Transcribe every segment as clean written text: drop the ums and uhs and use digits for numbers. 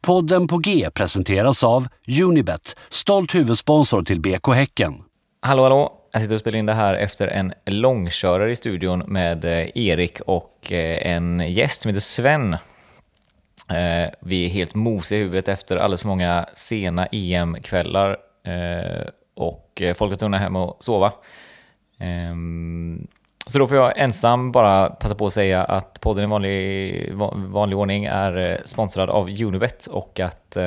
Podden på G presenteras av Unibet, stolt huvudsponsor till BK Häcken. Hallå, jag sitter och spelar in det här efter en långkörare i studion med Erik och en gäst som heter Sven. Vi är helt mosiga i huvudet efter alldeles för många sena EM-kvällar och folk är tvungna hem och sova. Så då får jag ensam bara passa på att säga att podden i vanlig ordning är sponsrad av Unibet och att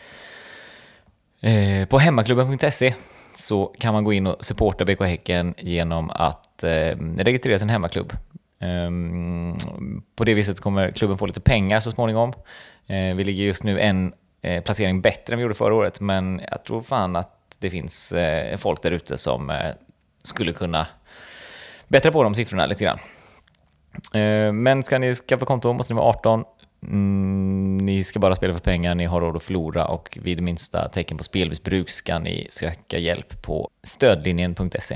på hemmaklubben.se så kan man gå in och supporta BK Häcken genom att registrera sin hemmaklubb. På det viset kommer klubben få lite pengar så småningom. Vi ligger just nu en placering bättre än vi gjorde förra året, men jag tror fan att det finns folk där ute som skulle kunna bättra på de siffrorna lite grann. Men ska ni skaffa konto måste ni vara 18. Ni ska bara spela för pengar, ni har råd att förlora och vid minsta tecken på spelmissbruk ska ni söka hjälp på stödlinjen.se.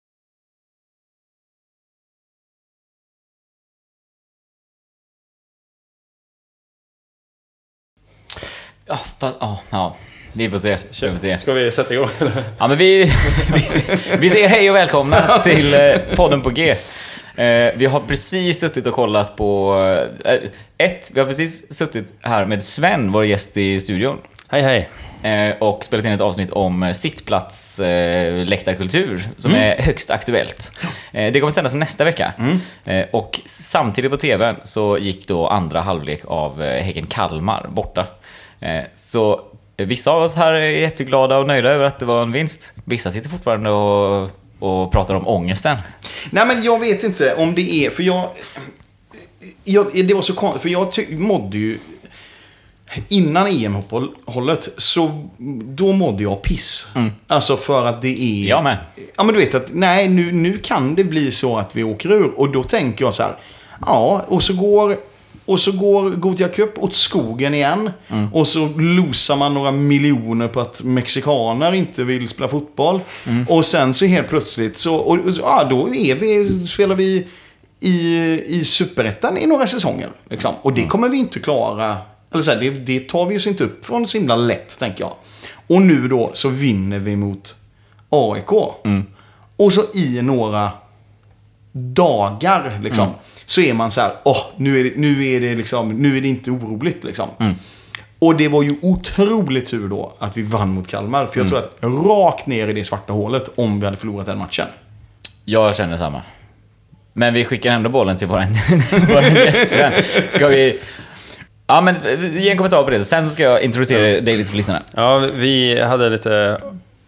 Ja, vi får se. Ska vi sätta igång? Ja, men vi säger hej och välkomna till podden på G. Vi har precis suttit och kollat på vi har precis suttit här med Sven, vår gäst i studion. Hej. Och spelat in ett avsnitt om sittplats läktarkultur som är högst aktuellt. Det kommer sändas nästa vecka. Och samtidigt på tv så gick då andra halvlek av Häcken Kalmar borta. Så vissa av oss här är jätteglada och nöjda över att det var en vinst. Vissa sitter fortfarande och pratar om ångesten. Nej, men jag vet inte om det är... För det var så konstigt. För jag mådde ju... Innan EM-hållet så då mådde jag piss. Alltså för att det är... Jag med. Ja, men du vet att nej, nu kan det bli så att vi åker ur. Och då tänker jag så här... Ja, och så går Gothia Cup åt skogen igen. Och så losar man några miljoner på att mexikaner inte vill spela fotboll. Och sen så helt plötsligt så då spelar vi i Superettan i några säsonger. Liksom. Och det kommer vi inte klara. Eller så här, det tar vi oss inte upp från så himla lätt, tänker jag. Och nu då så vinner vi mot AIK. Och så i några dagar liksom. Så är man så här, nu är det inte oroligt liksom. Och det var ju otroligt tur då att vi vann mot Kalmar. För jag tror att rakt ner i det svarta hålet om vi hade förlorat den matchen. Jag känner samma. Men vi skickar ändå bollen till våran gäst Sven. Ska vi... Ja, men ge en kommentar på det. Sen så ska jag introducera dig lite för lyssnarna. Ja, vi hade lite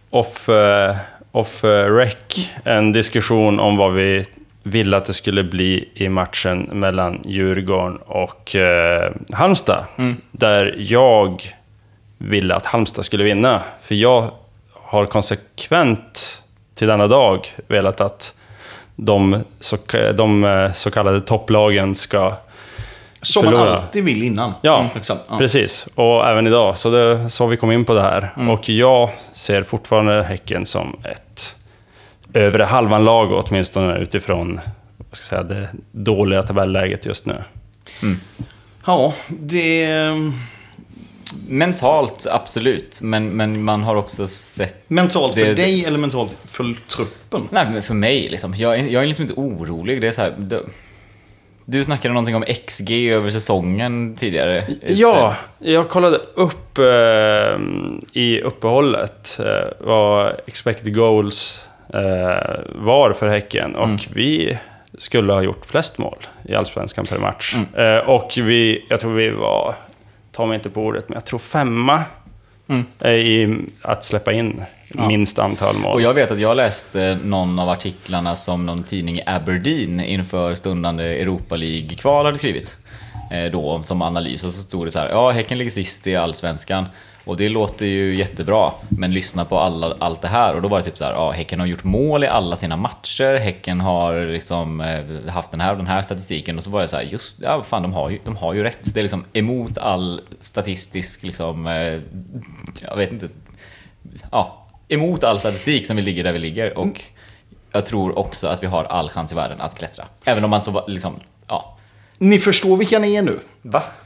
off-rec en diskussion om vad vi ville att det skulle bli i matchen mellan Djurgården och Halmstad. Där jag ville att Halmstad skulle vinna. För jag har konsekvent till denna dag velat att de så kallade topplagen ska som förlora. Man alltid vill innan. Ja, precis. Och även idag. Så vi kom in på det här. Och jag ser fortfarande Häcken som ett övre halvan lag, åtminstone utifrån det dåliga tabelläget just nu. Ja, det... Mentalt, absolut. Men man har också sett... Mentalt för dig eller mentalt för truppen? Nej, men för mig liksom. Jag är liksom inte orolig. Det är så här... Du snackade någonting om XG över säsongen tidigare. Ja, jag kollade upp i uppehållet vad expected goals var för Häcken. Och vi skulle ha gjort flest mål i Allsvenskan per match. Och jag tror vi var, ta mig inte på ordet, men jag tror 5:a i att släppa in minst antal mål. Och jag vet att jag läste någon av artiklarna som någon tidning i Aberdeen inför stundande Europa League-kval hade skrivit. Då som analys, och så stod det så här: Häcken ligger sist i Allsvenskan. Och det låter ju jättebra, men lyssna på allt det här. Och då var det typ så här: Häcken har gjort mål i alla sina matcher. Häcken har liksom haft den här statistiken. Och så var det så här, fan, de har ju rätt. Det är liksom emot all statistisk liksom, jag vet inte. Emot all statistik som vi ligger där vi ligger. Och jag tror också att vi har all chans i världen att klättra. Även om man så liksom, Ni förstår vilka ni är nu. Va?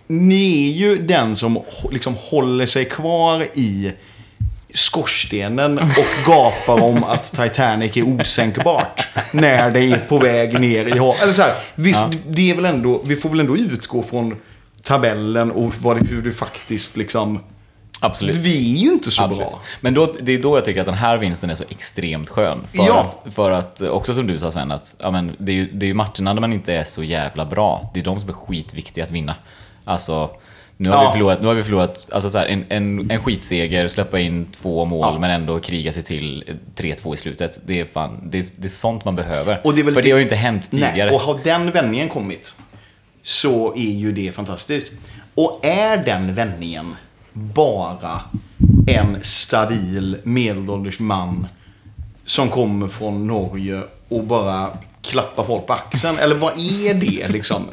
ni är ju den som liksom håller sig kvar i skorstenen och gapar om att Titanic är osänkbart när det är på väg ner i havet. Eller så här, visst, det är väl ändå, vi får väl ändå utgå från tabellen och hur det faktiskt liksom... Absolut. Vi är ju inte så bra. Men det är då jag tycker att den här vinsten är så extremt skön. För att också som du sa, Sven, att ja, men det är ju matcherna där man inte är så jävla bra. Det är de som är skitviktiga att vinna. Alltså, nu har vi förlorat alltså så här, en skitseger, släppa in 2 mål men ändå kriga sig till 3-2 i slutet. Det är sånt man behöver. Och för det har ju inte hänt tidigare. Nej, och har den vändningen kommit så är ju det fantastiskt. Och är den vändningen bara en stabil medelålders man som kommer från Norge och bara klappar folk på axeln? Eller vad är det liksom?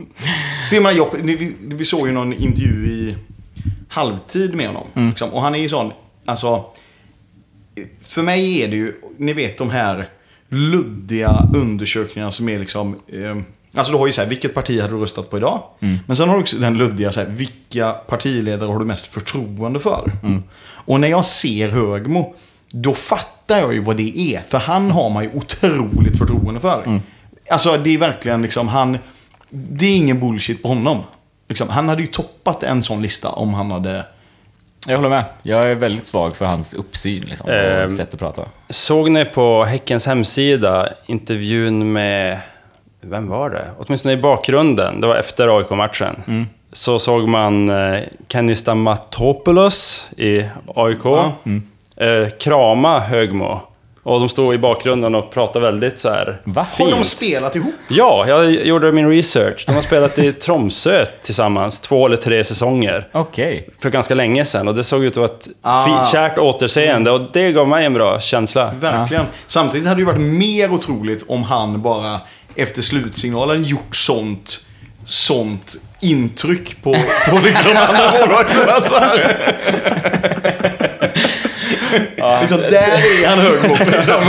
Vi såg ju någon intervju i halvtid med honom. Liksom, och han är ju sån, alltså, för mig är det ju, ni vet de här luddiga undersökningarna som är liksom... Alltså du har ju så här, vilket parti hade du röstat på idag? Men sen har du också den luddiga så här, vilka partiledare har du mest förtroende för? Och när jag ser Högmo, då fattar jag ju vad det är. För han har man ju otroligt förtroende för. Alltså det är verkligen liksom, det är ingen bullshit på honom. Liksom, han hade ju toppat en sån lista om han hade... Jag håller med. Jag är väldigt svag för hans uppsyn liksom, och sätt att prata. Såg ni på Häckens hemsida intervjun med... Vem var det? Åtminstone i bakgrunden. Det var efter AIK-matchen. Så såg man Kenny Stamatopoulos i AIK. Krama Högmo. Och de stod i bakgrunden och pratade väldigt så här. Va? Har de spelat ihop? Ja, jag gjorde min research. De har spelat i Tromsø tillsammans 2 eller 3 säsonger. Okej. För ganska länge sedan. Och det såg ut att vara ett kärt återseende. Och det gav mig en bra känsla. Verkligen. Samtidigt hade det ju varit mer otroligt om han bara efter slutsignalen gjort sånt intryck på liksom andra målvakterna. Liksom, där är han Högmo. Liksom.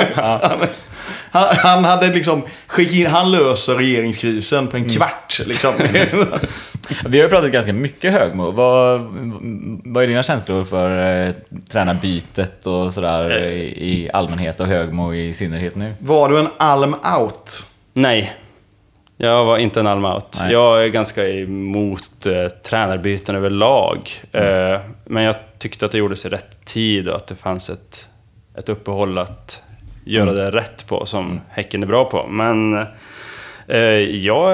Han hade liksom han löser regeringskrisen på en kvart. Liksom. Vi har ju pratat ganska mycket Högmo. Vad är dina känslor för tränarbytet och sådär i allmänhet och Högmo i synnerhet nu? Var du en alm out? Nej, jag var inte en alm out. Nej. Jag är ganska emot tränarbyten överlag. Men jag tyckte att det gjordes i rätt tid och att det fanns ett uppehåll att göra det rätt på som Häcken är bra på. Men jag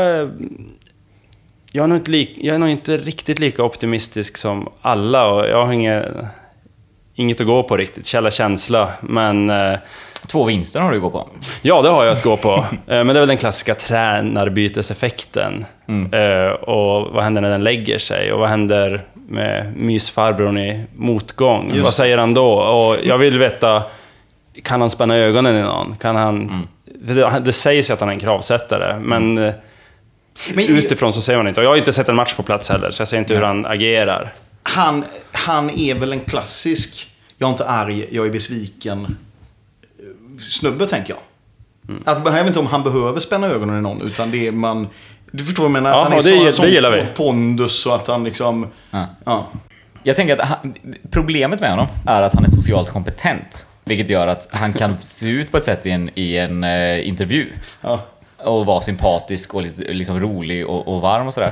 är nog inte riktigt lika optimistisk som alla. Och jag har inget att gå på riktigt. Känsla. Men... 2 vinster har du att gå på. Ja, det har jag att gå på. Men det är väl den klassiska tränarbyteseffekten. Och vad händer när den lägger sig? Och vad händer med mysfarbrorn i motgång? Vad säger han då? Och jag vill veta, kan han spänna ögonen i någon? Kan han... Det sägs ju att han är en kravsättare, men utifrån så ser man inte. Och jag har inte sett en match på plats heller, så jag ser inte hur han agerar. Han är väl en klassisk, jag är inte arg, jag är besviken snubbe, tänker jag. Att, jag vet inte om han behöver spänna ögonen i någon, utan det är man... Du förstår vad jag menar? Att han är så gillar vi. Pondus och att han liksom... Ja. Jag tänker att problemet med honom är att han är socialt kompetent. Vilket gör att han kan se ut på ett sätt i en intervju. Ja. Och vara sympatisk och liksom rolig och varm och sådär.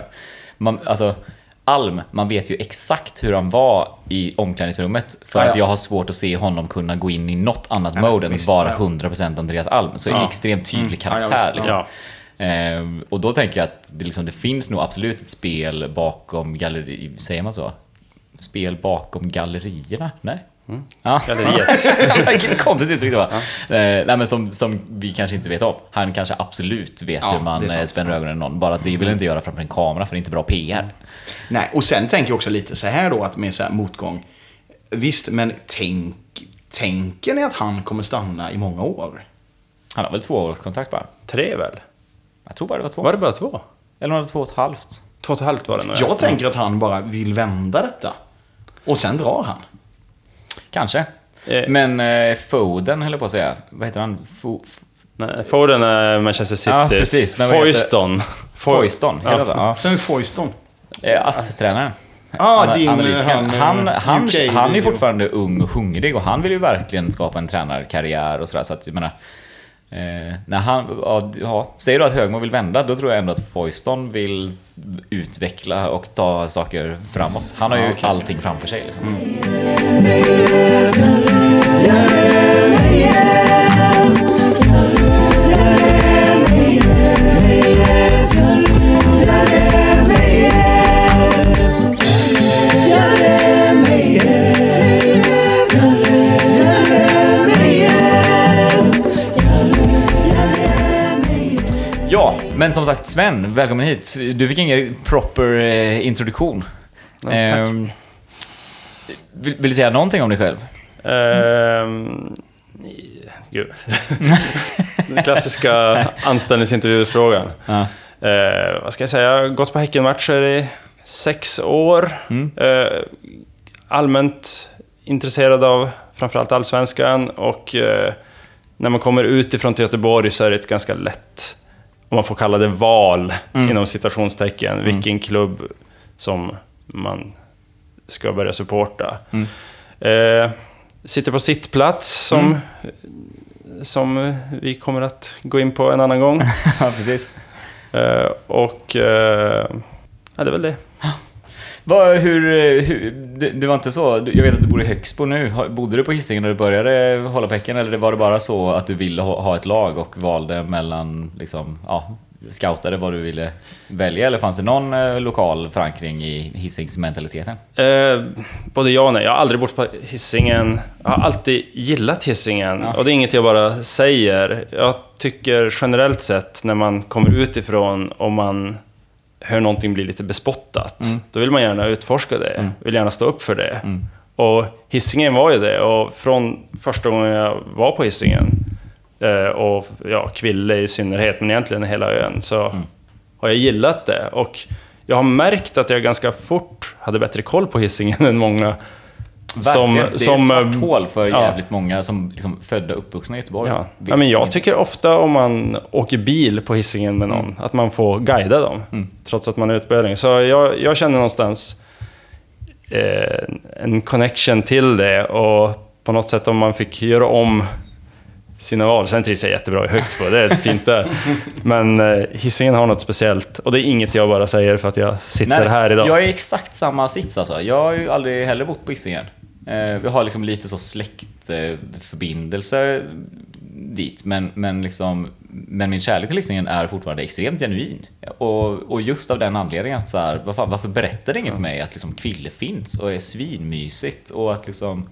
Man vet ju exakt hur han var i omklädningsrummet. För att jag har svårt att se honom kunna gå in i något annat mode än att vara 100% Andreas Alm. Så är en extremt tydlig karaktär. Liksom. Och då tänker jag att det finns nog absolut ett spel bakom säger man så? Spel bakom gallerierna? Nej? Ja. Galleriet. Vilket konstigt uttryck det var. Nej, men som vi kanske inte vet om. Han kanske absolut vet hur man spänner ögonen i någon. Bara att det vill inte göra framför en kamera, för det är inte bra PR. Nej, och sen tänker jag också lite så här då, att med så här motgång. Visst, men tänker ni att han kommer stanna i många år? Han har väl 2 års kontrakt bara? 3 väl? Jag tror bara det var 2. Var det bara 2? Eller var det 2,5? 2,5 var det nog. Jag tänker att han bara vill vända detta. Och sen drar han. Kanske. Men Foden höll jag på att säga. Vad heter han? Foden är Manchester City. Ja, precis. Foyston. Foyston. Ja. Foyston. ASS-tränaren. Din, Analytikern. Han är UK-video. fortfarande ung och hungrig och han vill ju verkligen skapa en tränarkarriär och sådär. Så att jag menar, när han, säger du att Högmo vill vända, då tror jag ändå att Foyston vill utveckla och ta saker framåt. Han har ju allting framför sig liksom. Ja, men som sagt Sven, välkommen hit. Du fick ingen proper introduktion. Tack. Vill du säga någonting om dig själv? Gud. Den klassiska anställningsintervjusfrågan. Ja. Vad ska jag säga? Jag har gått på Häckenmatcher i 6 år. Allmänt intresserad av framförallt allsvenskan. Och när man kommer utifrån till Göteborg så är det ett ganska lätt, om man får kalla det, val inom citationstecken, vilken klubb som man ska börja supporta. Sitter på sittplats som vi kommer att gå in på en annan gång. Ja, precis. Det är väl det. Det var inte så, jag vet att du bor i Högsbo nu. Bodde du på Hisingen när du började hålla på Häcken, eller var det bara så att du ville ha ett lag och valde mellan liksom, scoutade vad du ville välja, eller fanns det någon lokal förankring i Hisingsmentaliteten? Både ja och nej. Jag har aldrig bott på Hisingen. Jag har alltid gillat Hisingen. Och det är inget jag bara säger. Jag tycker generellt sett när man kommer utifrån och man hör någonting bli lite bespottat, då vill man gärna utforska det. Vill gärna stå upp för det. Och Hisingen var ju det. Och från första gången jag var på Hisingen, och Kville i synnerhet, men egentligen hela ön, så har jag gillat det. Och jag har märkt att jag ganska fort hade bättre koll på Hisingen än många. Det är ett svart hål för jävligt många som liksom födda och uppvuxna i Göteborg. Ja, men jag tycker ofta om man åker bil på Hisingen med någon, att man får guida dem, trots att man är utbildning. Så jag känner någonstans en connection till det, och på något sätt om man fick göra om sina val. Sen trivs jag jättebra i Högsbo, det är fint där. Men Hisingen har något speciellt, och det är inget jag bara säger för att jag sitter här idag. Jag är exakt samma sits alltså. Jag har ju aldrig heller bott på Hisingen. Vi har liksom lite så släktförbindelser dit, men min kärlek till Hisingen är fortfarande extremt genuin. Och just av den anledningen att så här, varför berättar ingen för mig att liksom Kville finns och är svinmysigt, och att liksom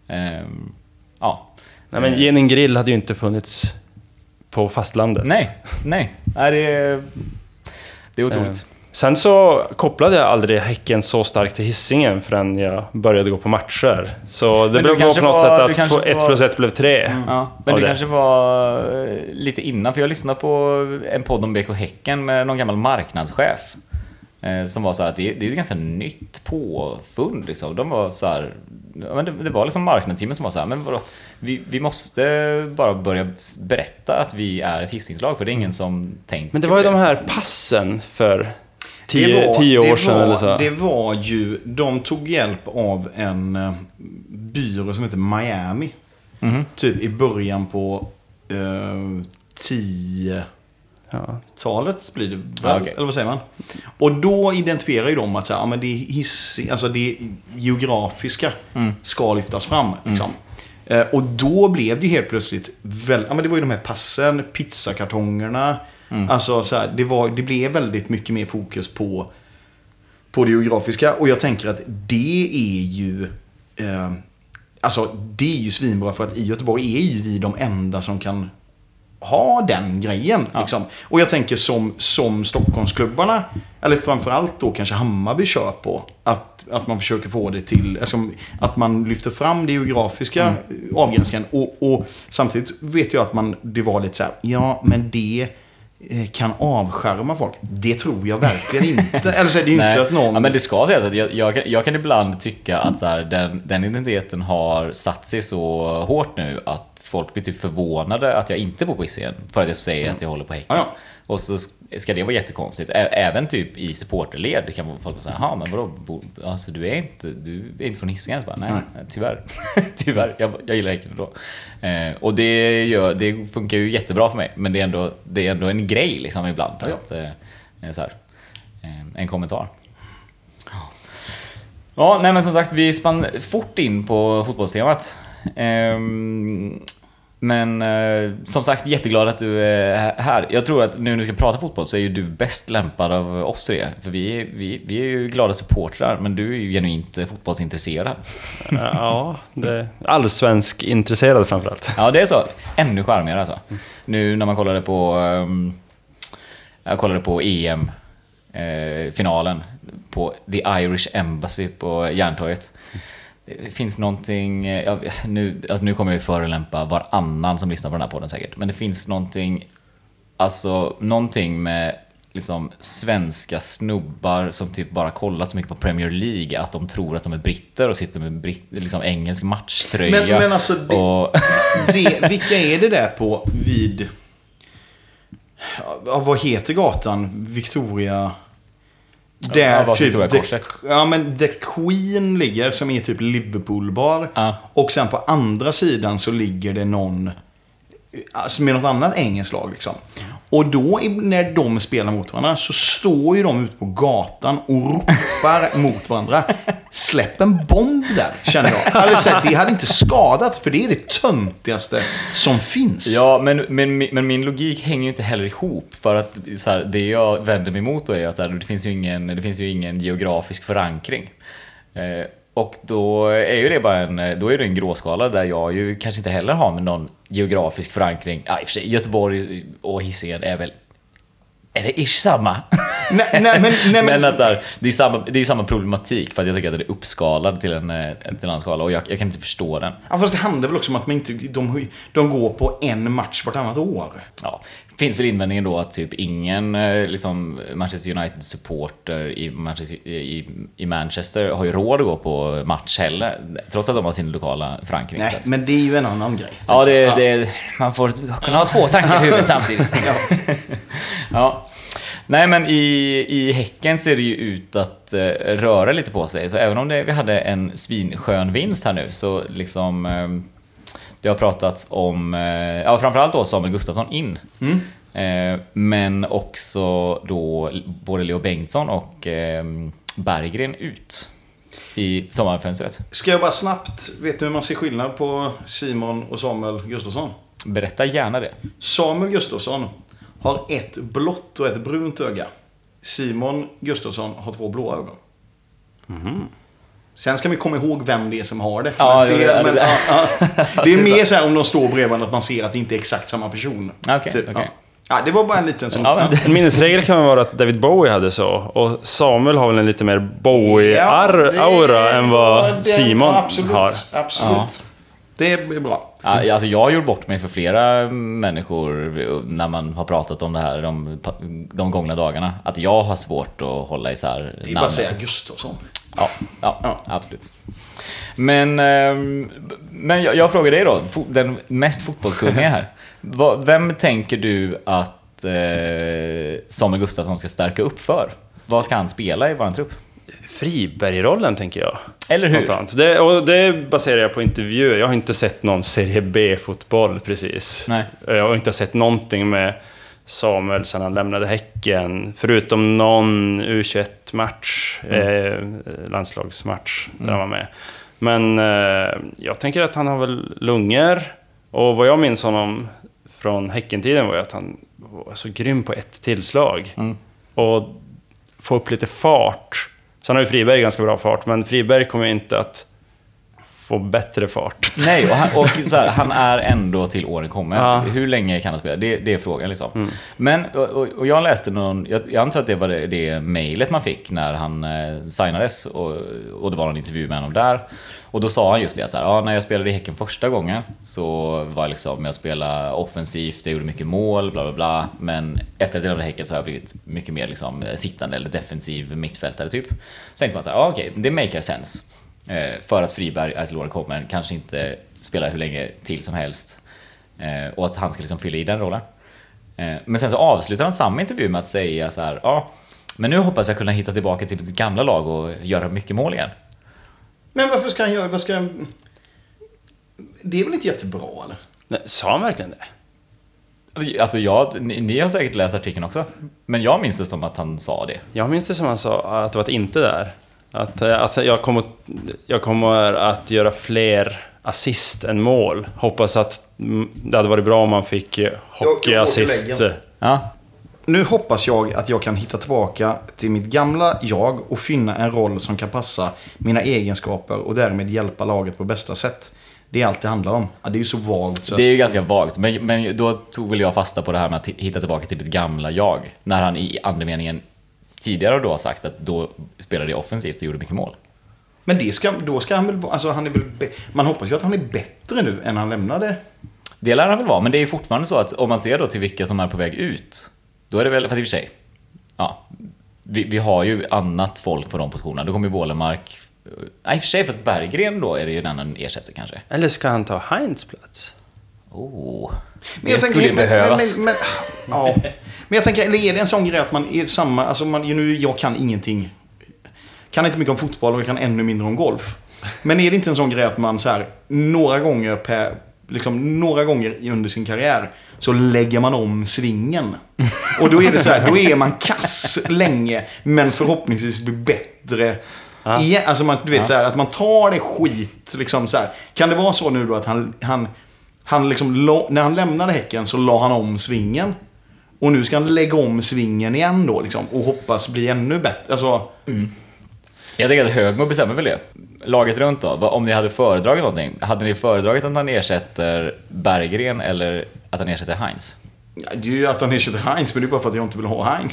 Nej, men Genin Grill hade ju inte funnits på fastlandet. Nej, det är otroligt. Sen så kopplade jag aldrig Häcken så starkt till Hisingen förrän jag började gå på matcher. Så det blev på något sätt att 1 + 1 blev 3. Men det kanske var lite innan, för jag lyssnade på en podd om BK Häcken med någon gammal marknadschef som var så här att det är ett ganska nytt påfund liksom. De var så här, men det var liksom marknadsteamet som var så här, men vadå? Vi måste bara börja berätta att vi är ett Hisingslag, för det är ingen som tänker. Men det var ju de här passen för 10 år sedan eller så. Det var ju, de tog hjälp av en byrå som heter Miami. Typ i början på 10-talet blir det väl, eller vad säger man? Och då identifierar ju de att så här, men det är alltså det geografiska ska lyftas fram liksom. Och då blev det ju helt plötsligt men det var ju de här passen, pizzakartongerna. Alltså så här, det blev väldigt mycket mer fokus på det geografiska, och jag tänker att det är ju det är ju svinbra, för att i Göteborg är ju vi de enda som kan ha den grejen liksom. Och jag tänker som Stockholmsklubbarna, eller framförallt då kanske Hammarby kör på, att man försöker få det till, alltså, att man lyfter fram det geografiska avgränsningen, och samtidigt vet jag att det var lite så här, men det kan avskärma folk. Det tror jag verkligen inte. Eller så är det ju inte att någon... Ja, men det ska sägas att jag kan ibland tycka att så här, den identiteten har satt sig så hårt nu att folk blir typ förvånade att jag inte bor på Hisingen för att jag säger att jag håller på Häcken. Och så ska det vara jättekonstigt. Även typ i supporterled. Det kan vara folk säga, jaha, men vadå? Alltså, du är inte från Hisingen. Nej, tyvärr. Tyvärr, jag gillar Häcken då. Och det funkar ju jättebra för mig. Men det är ändå en grej liksom ibland. Ja. Att, så här, en kommentar. Ja, nej men som sagt, vi spann fort in på fotbollstemat. Men som sagt, jätteglad att du är här. Jag tror att nu när vi ska prata fotboll så är ju du bäst lämpad av oss tre. För vi är ju glada supportrar, men du är ju genuint fotbollsintresserad. Ja, det är allsvensk intresserad framförallt. Ja, det är så. Ännu charmigare alltså. Nu när man kollade på jag kollade på EM finalen på The Irish Embassy på Järntorget. Det finns någonting, nu kommer jag ju förolämpa varannan som lyssnar på den här podden säkert, men det finns någonting med liksom svenska snubbar som typ bara kollat så mycket på Premier League att de tror att de är britter och sitter med liksom engelsk matchtröja. Men alltså, vilka är det där på vid... Ja, vad heter gatan? Victoria... Där typ The Queen ligger, som är typ Liverpool-bar. Och sen på andra sidan så ligger det någon, alltså med något annat engelskt lag liksom. Och då när de spelar mot varandra så står ju de ute på gatan och ropar mot varandra. Släpp en bomb där, känner jag. Alltså, det hade inte skadat, för det är det töntigaste som finns. Ja, men min logik hänger ju inte heller ihop. För att så här, det jag vänder mig emot då är att det finns ju ingen geografisk förankring. Och då är ju det bara då är det en gråskala där jag ju kanske inte heller har med någon geografisk förankring. Ja, i och för sig, Göteborg och Hisingen är väl... Är det ish samma? Nej, men att så här, det är samma problematik, för att jag tycker att det är uppskalad till en annan skala, och jag kan inte förstå den. Ja, fast det handlar väl också om att de går på en match vartannat år. Ja, finns väl invändningen då att typ ingen liksom Manchester United supporter i Manchester har ju råd att gå på match heller, trots att de har sin lokala förankring. Nej, men det är ju en annan grej. Ja, man får kunna ha två tankar i huvudet samtidigt. Ja. Nej, men i Häcken ser det ju ut att röra lite på sig. Så även om vi hade en svinskön vinst här nu, så liksom det har pratats om framförallt då Samuel Gustafsson in. Men också då både Leo Bengtsson och Berggren ut i sommarfönstret. Ska jag bara snabbt, vet du hur man ser skillnad på Simon och Samuel Gustafsson? Berätta gärna det. Samuel Gustafsson har ett blått och ett brunt öga. Simon Gustafsson har 2 blåa ögon. Sen ska vi komma ihåg vem det är som har det. Ja, det är mer så här om de står bredvid att man ser att det inte är exakt samma person. Okay. Ja, det var bara en liten sån. En minnesregel kan vara att David Bowie hade så. Och Samuel har väl en lite mer Bowie-aura än vad Simon har. Absolut. Ja. Det är bra. Alltså jag har gjort bort mig för flera människor när man har pratat om det här de gångna dagarna. Att jag har svårt att hålla isär namn. Det är bara att säga Gustafsson. Ja, absolut. Men jag frågar dig då, den mest fotbollskunniga här. Vem tänker du att Samuel Gustafsson ska stärka upp för? Vad ska han spela i våran trupp? Friberg-rollen, tänker jag. Eller hur? Spontant. Det baserar jag på intervjuer. Jag har inte sett någon Serie B-fotboll precis. Nej. Jag har inte sett någonting med Samuel sedan han lämnade Häcken. Förutom någon U21-match, landslagsmatch där han var med. Men jag tänker att han har väl lungor. Och vad jag minns honom från Häckentiden var att han var så grym på ett tillslag. Och få upp lite fart. Sen har ju Friberg ganska bra fart, men Friberg kommer inte att få bättre fart. Nej, och så här, han är ändå till åren kommer. Ja. Hur länge kan han spela? Det är frågan liksom. Men, och jag läste jag antar att det var det mejlet man fick när han signades, och det var en intervju med honom där. Och då sa han just det att så här, när jag spelade i Häcken första gången så var liksom, jag spelade offensivt, jag gjorde mycket mål, bla bla bla. Men efter att jag lämnade Häcken så har jag blivit mycket mer liksom sittande eller defensiv mittfältare typ. Så tänkte man så här, okej, det makes sense. För att Friberg är till året kommer, kanske inte spelar hur länge till som helst. Och att han ska liksom fylla i den rollen. Men sen så avslutar han samma intervju med att säga så här: ja, men nu hoppas jag kunna hitta tillbaka till mitt gamla lag och göra mycket mål igen. Men varför ska han göra... Det är väl inte jättebra, eller? Nej, sa han verkligen det? Alltså ni har säkert läst artikeln också. Men jag minns det som att han sa det. Jag minns det som han sa, att det var ett inte där. Att jag kommer att göra fler assist än mål. Hoppas att det hade varit bra om man fick hockeyassist. Ja. Nu hoppas jag att jag kan hitta tillbaka till mitt gamla jag och finna en roll som kan passa mina egenskaper och därmed hjälpa laget på bästa sätt. Det är allt det handlar om. Ja, det är ju så vagt. Så det är ju ganska vagt. Men då tog väl jag fasta på det här med att hitta tillbaka till mitt gamla jag. När han i andemeningen tidigare då har sagt att då spelade jag offensivt och gjorde mycket mål. Men då ska han väl... Alltså han är väl man hoppas ju att han är bättre nu än han lämnade. Det lär han väl vara. Men det är ju fortfarande så att om man ser då till vilka som är på väg ut, då är det väl... Fast i och för sig, ja, vi har ju annat folk på de positionerna. Då kommer ju Wålemark... Nej, i och för sig, för att Berggren då är det ju den han ersätter kanske. Eller ska han ta Heinz plats? Men jag skulle behövas. Ja. Men jag tänker, eller är det en sån grej att man är samma... Alltså jag kan ingenting. Kan inte mycket om fotboll och jag kan ännu mindre om golf. Men är det inte en sån grej att man så här, några gånger under sin karriär så lägger man om svingen. Och då är det så här, då är man kass länge men förhoppningsvis blir bättre. Alltså du vet så här, att man tar det skit liksom så här. Kan det vara så nu då att han liksom när han lämnade Häcken så la han om svingen och nu ska han lägga om svingen igen då liksom och hoppas bli ännu bättre. Alltså Jag tänker att Högmo bestämmer väl det. Laget runt då, om ni hade föredragit någonting, hade ni föredragit att han ersätter Berggren eller att han ersätter Heinz? Ja, det är ju att han ersätter Heinz, men det är bara för att jag inte vill ha Heinz.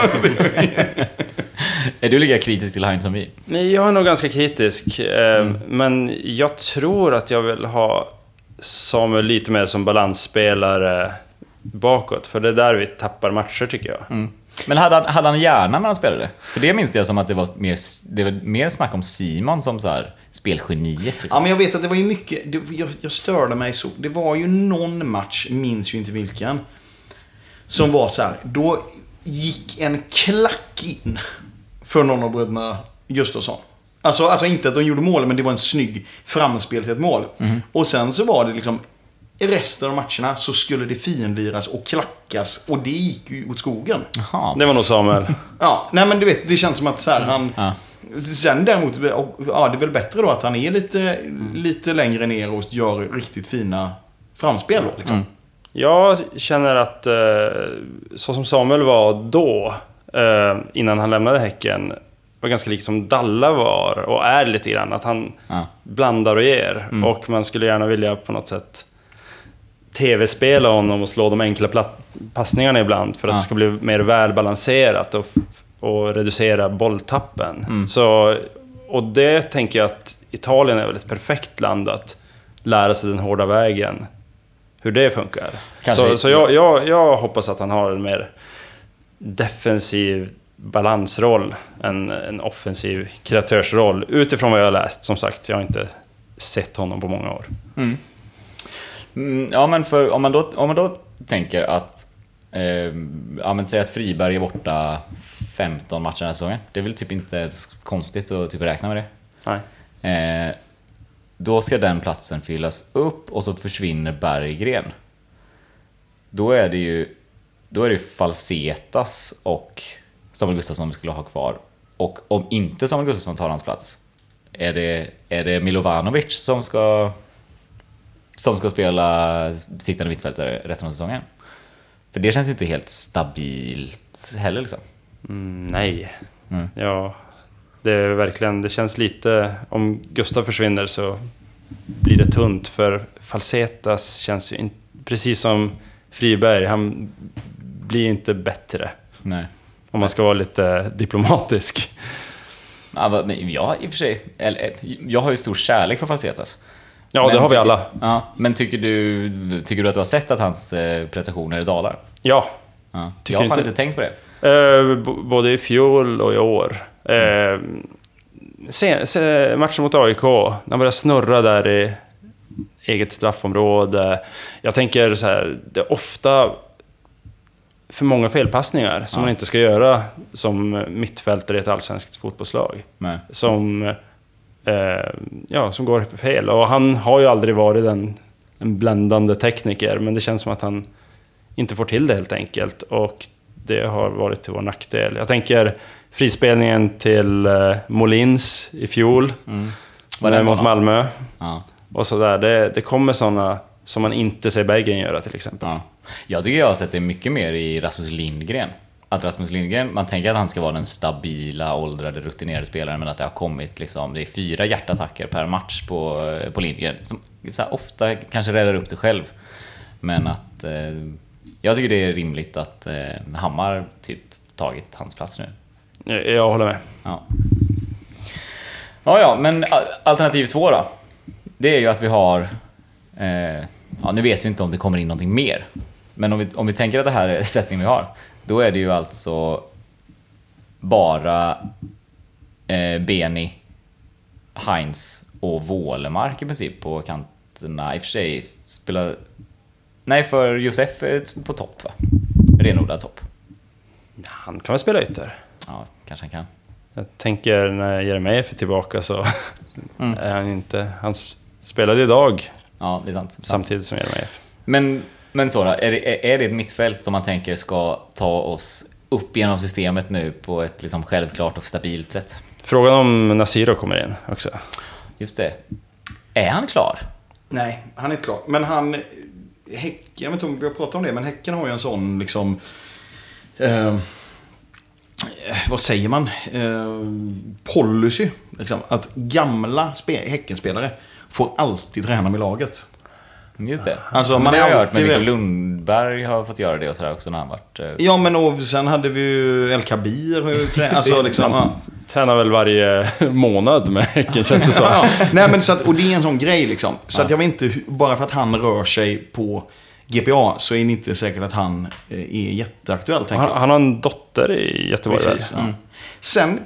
Är du lika kritisk till Heinz som vi? Nej, jag är nog ganska kritisk. Men jag tror att jag vill ha Samuel lite mer som balansspelare bakåt. För det är där vi tappar matcher, tycker jag. Men hade han hjärna när han spelade? För det minns jag som att det var mer snack om Simon som så här spelgeniet. Liksom. Ja, men jag vet att det var ju mycket... Jag störde mig så. Det var ju någon match, minns ju inte vilken, som var så här. Då gick en klack in för någon av bröderna Gustafsson. Alltså inte att de gjorde mål, men det var en snygg framspel till ett mål. Och sen så var det liksom... I resten av matcherna så skulle det finliras och klackas. Och det gick ju åt skogen. Aha. Det var nog Samuel. Ja, nej men du vet, det känns som att så här, han... Ja. Sen däremot, ja, det är väl bättre då att han är lite längre ner och gör riktigt fina framspel då, liksom. Jag känner att så som Samuel var då, innan han lämnade Häcken, var ganska lik som Dalla var och är lite grann. Att han blandar och ger. Och man skulle gärna vilja på något sätt tv-spela honom och slå de enkla passningarna ibland för att det ska bli mer välbalanserat och reducera bolltappen. Så, och det tänker jag att Italien är väl ett perfekt land att lära sig den hårda vägen, hur det funkar. Så jag hoppas att han har en mer defensiv balansroll än en offensiv kreatörsroll utifrån vad jag har läst. Som sagt, jag har inte sett honom på många år. Ja, men för om man då tänker att säg att Friberg är borta 15 matcher den här säsongen. Det är väl typ inte konstigt att typ räkna med det. Nej. Då ska den platsen fyllas upp och så försvinner Berggren. Då är det ju Falsetas och Samuel Gustafsson skulle ha kvar. Och om inte Samuel Gustafsson tar hans plats, är det Milovanovic som ska spela sittande mittfältare resten av säsongen? För det känns inte helt stabilt heller liksom. Nej. Ja, det är verkligen, det känns lite, om Gustav försvinner så blir det tunt, för Falsetas känns ju precis som Friberg, han blir inte bättre. Nej. Om man ska vara lite diplomatisk. Ja, i och för sig. Jag har ju stor kärlek för Falsetas. Ja, det har vi alla. Ja, men tycker du att du har sett att hans prestationer dalar? Ja. Jag har fan inte tänkt på det. Både i fjol och i år. Matchen mot AIK, när han börjar snurra där i eget straffområde. Jag tänker så här, det är ofta för många felpassningar som man inte ska göra som mittfältare i ett allsvenskt fotbollslag. Nej. Som går fel. Och han har ju aldrig varit en bländande tekniker, men det känns som att han inte får till det helt enkelt. Och det har varit till vår nackdel. Jag tänker frispelningen till Molins i fjol. Mot Malmö. Ja. Och sådär. Det kommer sådana som man inte ser Berggren göra till exempel. Ja. Jag tycker jag har sett det mycket mer i Rasmus Lindgren. Att Rasmus Lindgren, man tänker att han ska vara den stabila, åldrade, rutinerade spelaren, men att det har kommit liksom, det är 4 hjärtattacker per match på Lindgren. Som så här, ofta kanske räddar upp det själv. Men att jag tycker det är rimligt att Hammar typ tagit hans plats nu. Jag håller med. Ja, men alternativ 2 då. Det är ju att vi har nu vet vi inte om det kommer in någonting mer. Men om vi tänker att det här är sättningen vi har, då är det ju alltså bara Beni, Heinz och Wålemark i princip på kanterna. I och för sig spelar... Nej, för Josef är på topp, va? Renodlad topp. Han kan väl spela ytter. Ja, kanske han kan. Jag tänker när Jeremejeff är tillbaka så är han inte... Han spelade idag. Ja, det är sant. Samtidigt som Jeremejeff. Men så då, är det ett mittfält som man tänker ska ta oss upp genom systemet nu på ett liksom självklart och stabilt sätt? Frågan om Nasiro kommer in också. Just det. Är han klar? Nej, han är inte klar. Men han... jag vet inte om vi har pratat om det, men Häcken har ju en sån liksom... vad säger man? Policy. Liksom, att gamla Häckenspelare får alltid träna med laget. Just det. Alltså, man har hört, men Mikael Lundberg har fått göra det och sådär också när han varit... Ja, men och sen hade vi ju El Kabir. Alltså, liksom, tränar väl varje månad med Häcken, känns det så. Nej, men så att, och det är en sån grej liksom. Så att jag vet inte, bara för att han rör sig på GPA så är det inte säkert att han är jätteaktuell, tänker jag. Han har en dotter i Göteborg. Precis, ja. Sen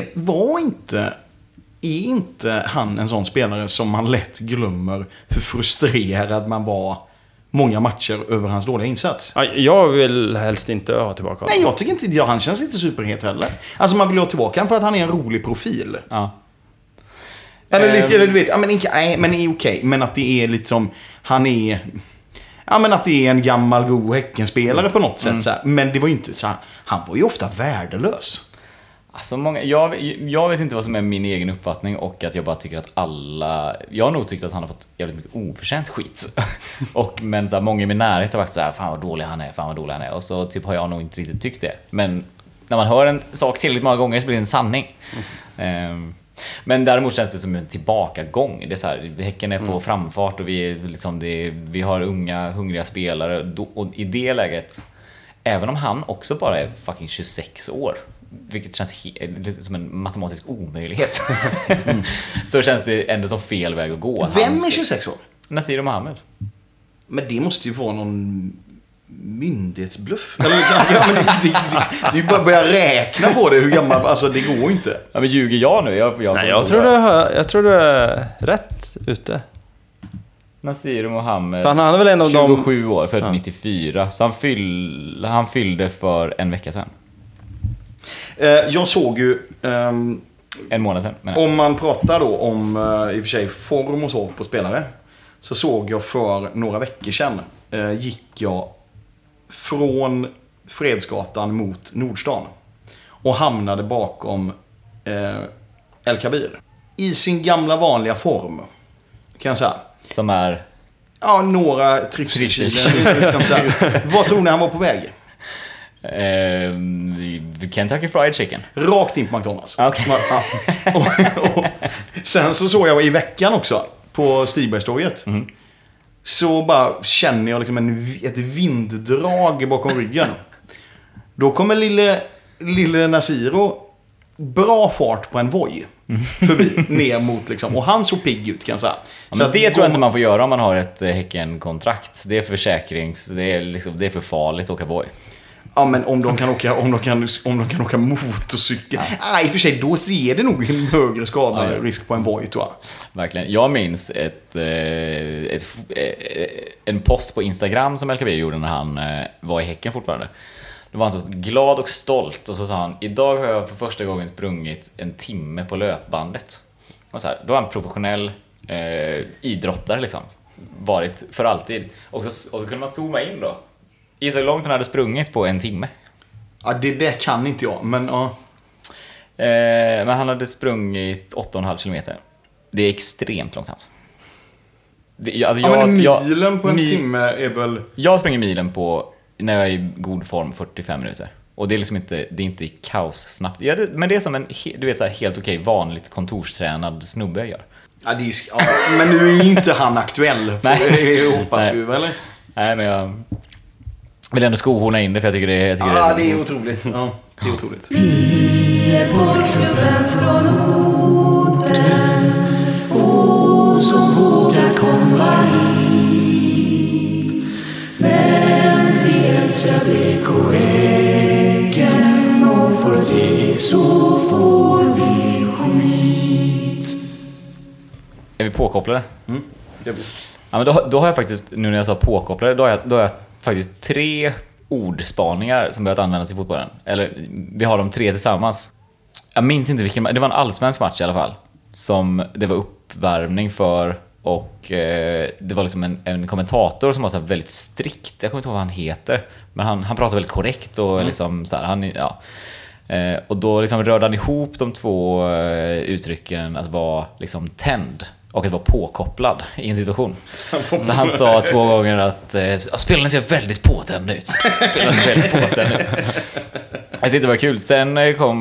är inte han en sån spelare som man lätt glömmer hur frustrerad man var många matcher över hans dåliga insats. Jag vill helst inte ha tillbaka honom. Nej, jag tycker inte han känns inte superhet heller. Alltså man vill ha tillbaka honom för att han är en rolig profil. Ja. Eller du vet, men det är okej. Men att det är lite som, han är... Ja, men att det är en gammal god Häckenspelare på något sätt. Så här. Men det var ju inte så här, han var ju ofta värdelös. Alltså jag vet inte vad som är min egen uppfattning, och att jag bara tycker att alla... Jag har nog tyckt att han har fått jävligt mycket oförtjänt skit. Men så här, många i min närhet har varit så här, fan vad dålig han är. Och så typ har jag nog inte riktigt tyckt det. Men när man hör en sak tillräckligt många gånger så blir det en sanning. Men däremot känns det som en tillbakagång. Det är så här, Häcken är på framfart och vi har unga, hungriga spelare. Och i det läget, även om han också bara är fucking 26 år, vilket känns som en matematisk omöjlighet, så känns det ändå som fel väg att gå. Vem är 26 år? Nasir Mohammed. Men det måste ju vara någon myndighetsbluff. Eller, ja, men det är bara att börja räkna på det, hur gammal, alltså det går ju inte. Ja, men ljuger jag nu? Jag tror du är rätt ute. Nasir Mohammed, han är väl en av 27 år, född 94. Så han fyllde för en vecka sedan. Jag såg ju... en månad sedan. Om man pratar då om i och för sig form och så på spelare, så såg jag för några veckor sedan gick jag från Fredsgatan mot Nordstan och hamnade bakom El Kabir i sin gamla vanliga form, kan jag säga. Som är... Ja, några trivselkilor. Liksom så här. Vad tror ni han var på väg? Kentucky Fried Chicken. Rakt in på McDonald's. Okay. och sen så såg jag i veckan också på Stigbergstorget. Så bara känner jag liksom ett vinddrag bakom ryggen. Då kommer lille Nasiro, bra fart på en Voj förbi, ner mot liksom. Och han såg pigg ut, kan jag säga. Ja, så det tror jag inte man får göra om man har ett Häcken-kontrakt. Det är det är för farligt att åka Voj. Ja, men om de kan åka motorcykel. Nej, i och för sig, då ser det nog en högre skadarisk på en Voj, tror jag. Verkligen. Jag minns en post på Instagram som LKB gjorde när han var i Häcken fortfarande. Då var han så glad och stolt och så sa han: idag har jag för första gången sprungit 1 timme på löpbandet. Och så här, då var han professionell idrottare liksom. Varit för alltid. Och så kunde man zooma in då. I så långt han hade sprungit på 1 timme. Ja, det kan inte jag, men ja. Men han hade sprungit 8,5 kilometer. Det är extremt långsamt. Men milen på en timme är väl... Jag springer milen på, när jag är i god form, 45 minuter. Och det är liksom inte kaos snabbt. Men det är som en, du vet, så här, helt okej, vanligt kontorstränad snubbe jag gör. Ja, det är ju, men nu är ju inte han aktuell. Nej. Det hoppas vi, eller? Nej, men jag vill ändå skohorna in det, för jag tycker det är... det är otroligt. Ja, det är otroligt. Vi är porrklubben från orten. Få som vågar komma hit. Men vi älskar BK Häcken, och för det så får vi skit. Är vi påkopplade? Det blir... Ja, men då har jag faktiskt, nu när jag sa påkopplade, då har jag faktiskt 3 ordspaningar som börjat användas i fotbollen. Eller vi har de 3 tillsammans. Jag minns inte vilken, det var en allsvensk match i alla fall, som det var uppvärmning för, och det var liksom en kommentator som var så här väldigt strikt. Jag kommer inte ihåg vad han heter, men han pratade väldigt korrekt och liksom så här, och då liksom rörde han ihop de 2 uttrycken att vara liksom tänd och att vara påkopplad i en situation. Så han sa 2 gånger att spelarna ser väldigt påtänd ut. Spelarna ser väldigt påtänd ut. Jag tyckte det var kul. Sen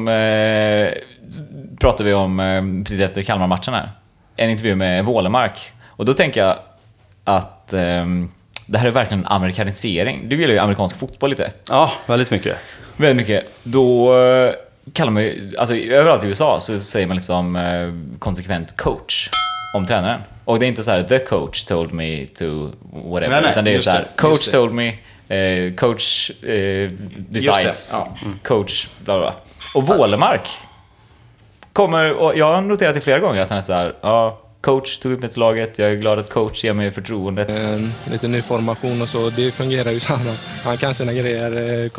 pratade vi om, precis efter Kalmar-matchen här, en intervju med Wålemark. Och då tänker jag att det här är verkligen en amerikanisering. Du gillar ju amerikansk fotboll lite. Ja, väldigt mycket. Väldigt mycket. Då kallar man ju, alltså överallt i USA så säger man liksom konsekvent coach om tränaren. Och det är inte så här the coach told me to whatever, nej, utan det är så här coach det. told me, coach decides, coach bla bla. Och Wålemark kommer, och jag har noterat i flera gånger att han är så här, coach tog upp mig till laget, jag är glad att coach ger mig förtroendet. Lite ny formation och så, det fungerar ju så här. Han kan sina grejer,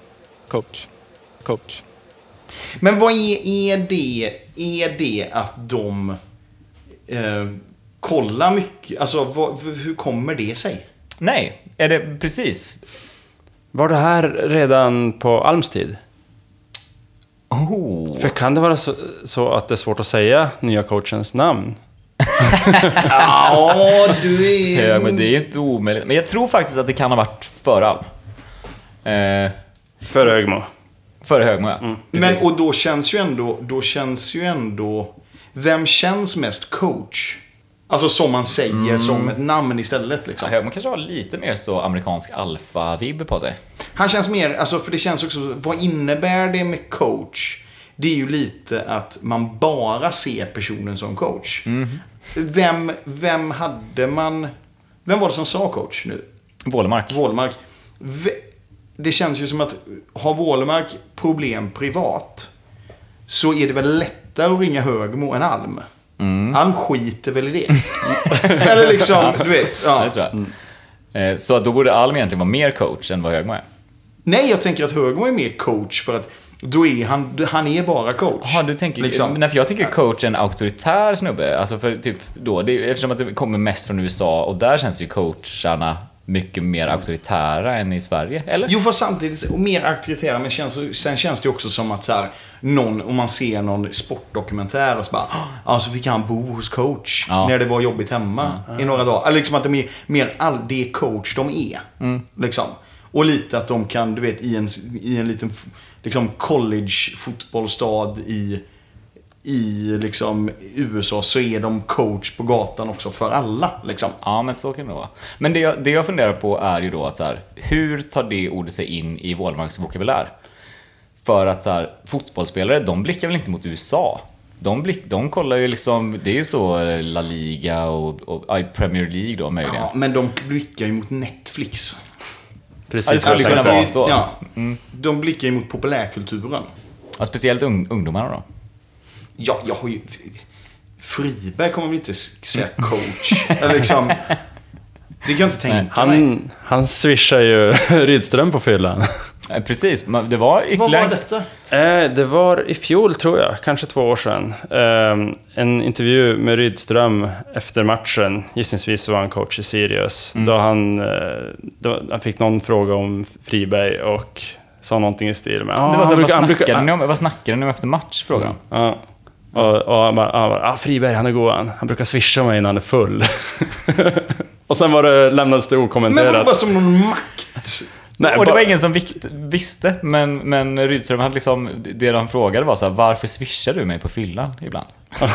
coach. Men vad är det? Är det att de kollar mycket? Alltså, hur kommer det sig? Nej, är det precis? Var det här redan på Almstid? För kan det vara så att det är svårt att säga nya coachens namn? Ja, du är... Ja, men det är inte omöjligt. Men jag tror faktiskt att det kan ha varit före Alm. Före Högmo. Före Högmo, ja. Men och då känns ju ändå vem känns mest coach? Alltså som man säger som ett namn istället liksom. Högmo kanske har lite mer så amerikansk alfa-vibb på sig. Han känns mer, alltså för det känns också, vad innebär det med coach? Det är ju lite att man bara ser personen som coach. Vem hade man, vem var det som sa coach nu? Wålemark. Det känns ju som att har Wålemark problem privat, så är det väl lättare att ringa Högmo än Alm. Alm skiter väl i det. Eller liksom, du vet. Ja. Det tror jag. Så då borde Alm egentligen vara mer coach än vad Högmo är. Nej, jag tänker att Högmo är mer coach för att då är han är bara coach. Ja, du tänker liksom. Nej, för jag tänker coach är en auktoritär snubbe. Alltså för typ då, eftersom att det kommer mest från USA, och där känns ju coacharna mycket mer auktoritära än i Sverige, eller? Jo, för samtidigt mer auktoritära, men sen känns det också som att så här, om man ser någon sportdokumentär och så bara, alltså vi kan bo hos coach när det var jobbigt hemma i några dagar. Eller liksom att de är mer det är coach de är. Liksom. Och lite att de kan, du vet, i en liten liksom college-fotbollsstad i liksom USA, så är de coach på gatan också för alla liksom. Ja, men så kan det vara. Men det jag funderar på är ju då att så här, hur tar det ordet sig in i Wålemarks vokabulär? För att så här, fotbollsspelare, de blickar väl inte mot USA? De kollar ju liksom, det är ju så La Liga och Premier League då möjligen. Ja, men de blickar ju mot Netflix. Precis. Det skulle kunna vara så. Ja, de blickar ju mot populärkulturen. Ja, speciellt ungdomarna då. Ja, jag har ju... Friberg kommer väl inte säga coach. Eller liksom... Det kan jag inte tänka mig. Han swishar ju Rydström på fyllan. Precis, det var Vad var ytterligare... detta? Det var i fjol, tror jag, kanske 2 år sedan. En intervju med Rydström efter matchen. Gissningsvis var han coach i Sirius. Då han fick någon fråga om Friberg och sa någonting i stil med... Vad snackade ni om efter match, frågan? Ja. Och han bara, Friberg, han är god. Han brukar swisha mig när han är full. Och sen lämnades det okommenterat. Men var det bara som någon makt? Nej, och det var ingen som visste, men Rydström hade liksom, det de frågade var så här: varför swishar du mig på fyllan ibland?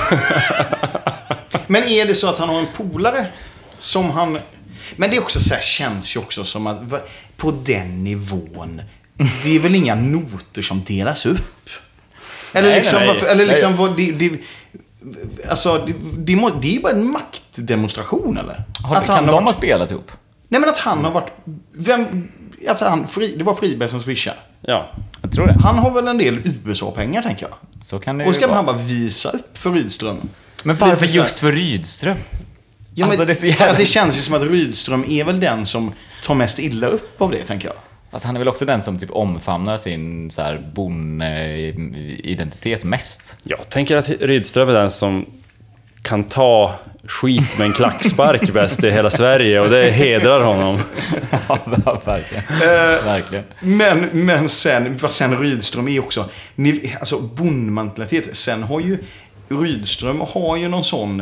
Men är det så att han har en polare som han... Men det är också så här, känns ju också som att på den nivån, det är väl inga noter som delas upp? Eller nej, liksom, nej. Eller liksom alltså, det är ju bara en maktdemonstration, eller? Kan de ha spelat ihop? Nej, men att han har varit... det var Friberg som swishade. Ja. Jag tror det. Han har väl en del USA-pengar, tänker jag. Så kan det Och ju ska vara. han bara visa upp för Rydström. Men varför Lite så här- just för Rydström? Ja, Alltså, men, det är så för att jävla- det känns ju som att Rydström är väl den som tar mest illa upp av det, tänker jag. Alltså han är väl också den som typ omfamnar sin så här bonidentitet mest. Jag tänker att Rydström är den som kan ta skit med en klackspark bäst i hela Sverige, och det hedrar honom. Ja, verkligen. Verkligen. Men sen Rydström är också... Alltså bondmentalitet. Sen har ju Rydström någon sån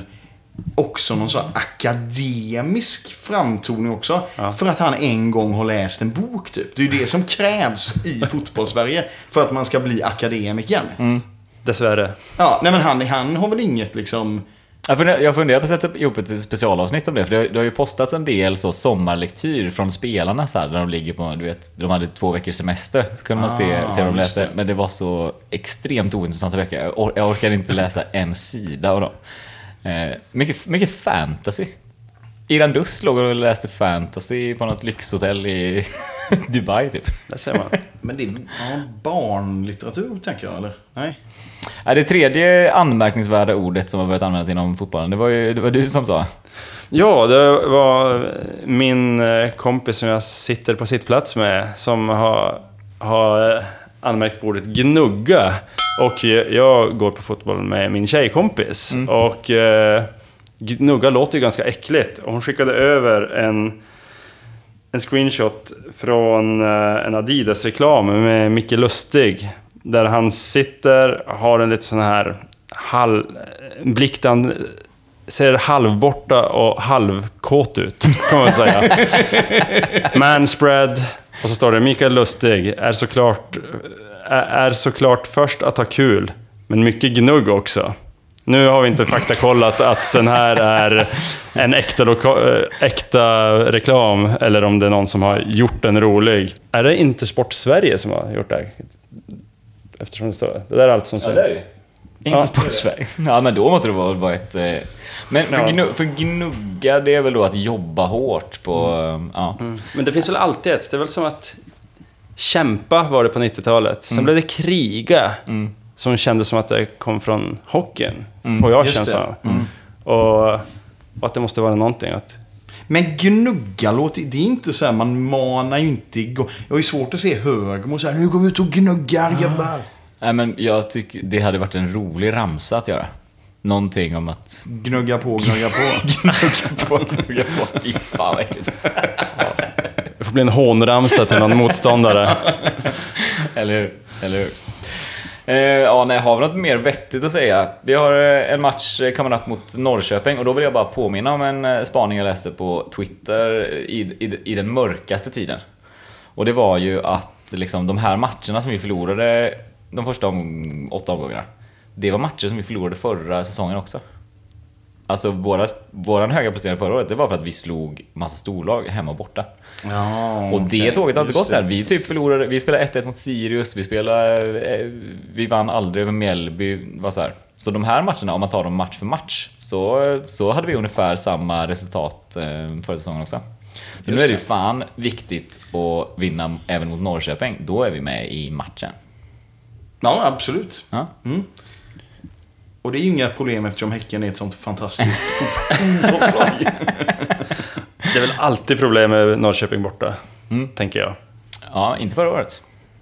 akademisk framtoning också. Ja. För att han en gång har läst en bok, typ. Det är ju det som krävs i fotbollssverige för att man ska bli akademiker. Dessvärre. Ja, nej, men han har väl inget liksom... Jag funderar på att sätta ihop ett specialavsnitt om det. För det har ju postats en del så sommarlektyr från spelarna så här, där de ligger på, du vet, de hade 2 veckors semester. Så kunde man se vad de läste. Men det var så extremt ointressanta veckor. Jag orkade inte läsa en sida av dem. Mycket fantasy. Iran Dus låg och läste fantasy på något lyxhotell i Dubai typ. Där ser man. Men det är barnlitteratur, tänker jag, eller? Nej. Det tredje anmärkningsvärda ordet som har börjat användas inom fotbollen, det var du som sa. Ja, det var min kompis som jag sitter på sittplats med som har anmärkt på ordet gnugga. Och jag går på fotboll med min tjejkompis. Och gnugga låter ju ganska äckligt. Och hon skickade över en screenshot från en Adidas-reklam med Micke Lustig. Där han sitter, har en lite sån här blick där han ser halvborta och halvkåt ut, kan man säga. Manspread. Och så står det: Mikael Lustig är såklart först att ha kul, men mycket gnugg också. Nu har vi inte faktakollat att den här är en äkta reklam, eller om det är någon som har gjort den rolig. Är det Intersport Sverige som har gjort det? Eftersom det står. Det där är allt som sägs. Inte Sportsverige. Ja, men då måste det vara ett... Men för gnugga, det är väl då att jobba hårt på... Men det finns väl alltid ett. Det är väl som att kämpa var det på 90-talet. Sen blev det kriga. Som kändes som att det kom från hockeyn. Får jag känsla. Och att det måste vara någonting att... Men gnugga låter, det är inte så här, man manar ju inte igång. Jag har ju svårt att se Högmo så här: nu går vi ut och gnuggar, grabbar. Nej, men jag tycker det hade varit en rolig ramsa att göra. Någonting om att... Gnugga på. gnugga på. Fy fan vad äckligt. Det får bli en hånramsa till någon motståndare. Eller hur? Har vi något mer vettigt att säga? Vi har en match coming up mot Norrköping, och då vill jag bara påminna om en spaning jag läste på Twitter i den mörkaste tiden. Och det var ju att liksom, de här matcherna som vi förlorade de första 8 omgångarna, det var matcher som vi förlorade förra säsongen också. Alltså våran höga placering förra året, det var för att vi slog massa storlag hemma och borta. Ja, och det tåget har inte gått här. Vi typ förlorade, vi spelade 1-1 mot Sirius, vi vann aldrig över Mjällby, var så här. Så de här matcherna, om man tar dem match för match, så hade vi ungefär samma resultat förra säsongen också. Så nu är det ju fan viktigt att vinna även mot Norrköping. Då är vi med i matchen. Ja, absolut. Ja. Och det är ju inga problem eftersom Häcken är ett sånt fantastiskt fotbollslag. Det är väl alltid problem med Norrköping borta, tänker jag. Ja, inte förra året.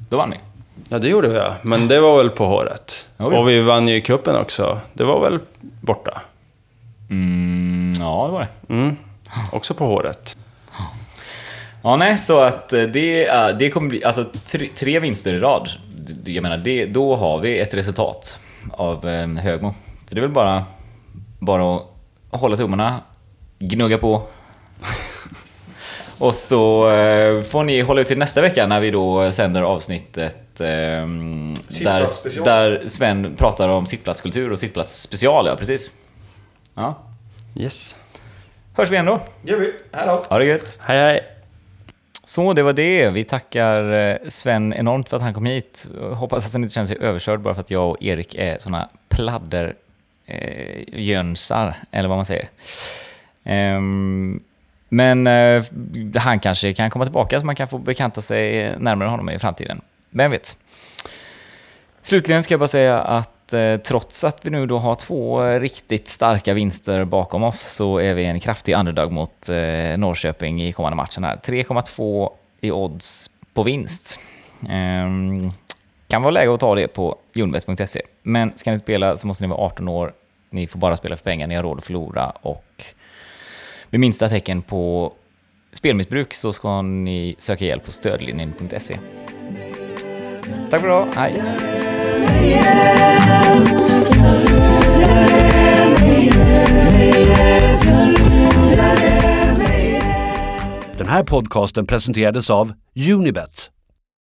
Då vann vi. Ja, det gjorde vi, ja. Men det var väl på håret. Oj. Och vi vann ju cupen också. Det var väl borta. Ja, det var det. Också på håret. Ja, nej, så att det kommer bli alltså 3 vinster i rad. Jag menar, då har vi ett resultat av Högmo. Så det är väl bara att hålla tummarna, gnugga på. Och så får ni hålla ut till nästa vecka när vi då sänder avsnittet där Sven pratar om sittplatskultur och sittplatsspecial, ja, precis. Ja. Yes. Hörs vi igen då. Gör vi. Hej då. Ha det gött. Hej, hej. Så det var det. Vi tackar Sven enormt för att han kom hit. Hoppas att han inte känner sig överkörd bara för att jag och Erik är såna jönsar, eller vad man säger. Men han kanske kan komma tillbaka så man kan få bekanta sig närmare honom i framtiden. Vem vet? Slutligen ska jag bara säga att trots att vi nu då har 2 riktigt starka vinster bakom oss så är vi en kraftig underdog mot Norrköping i kommande matchen här. 3,2 i odds på vinst. Kan vara läge att ta det på unibet.se. Men ska ni spela så måste ni vara 18 år. Ni får bara spela för pengar, ni har råd att förlora. Och vid minsta tecken på spelmissbruk så ska ni söka hjälp på stödlinjen.se. Tack för idag, hej! Den här podcasten presenterades av Unibet,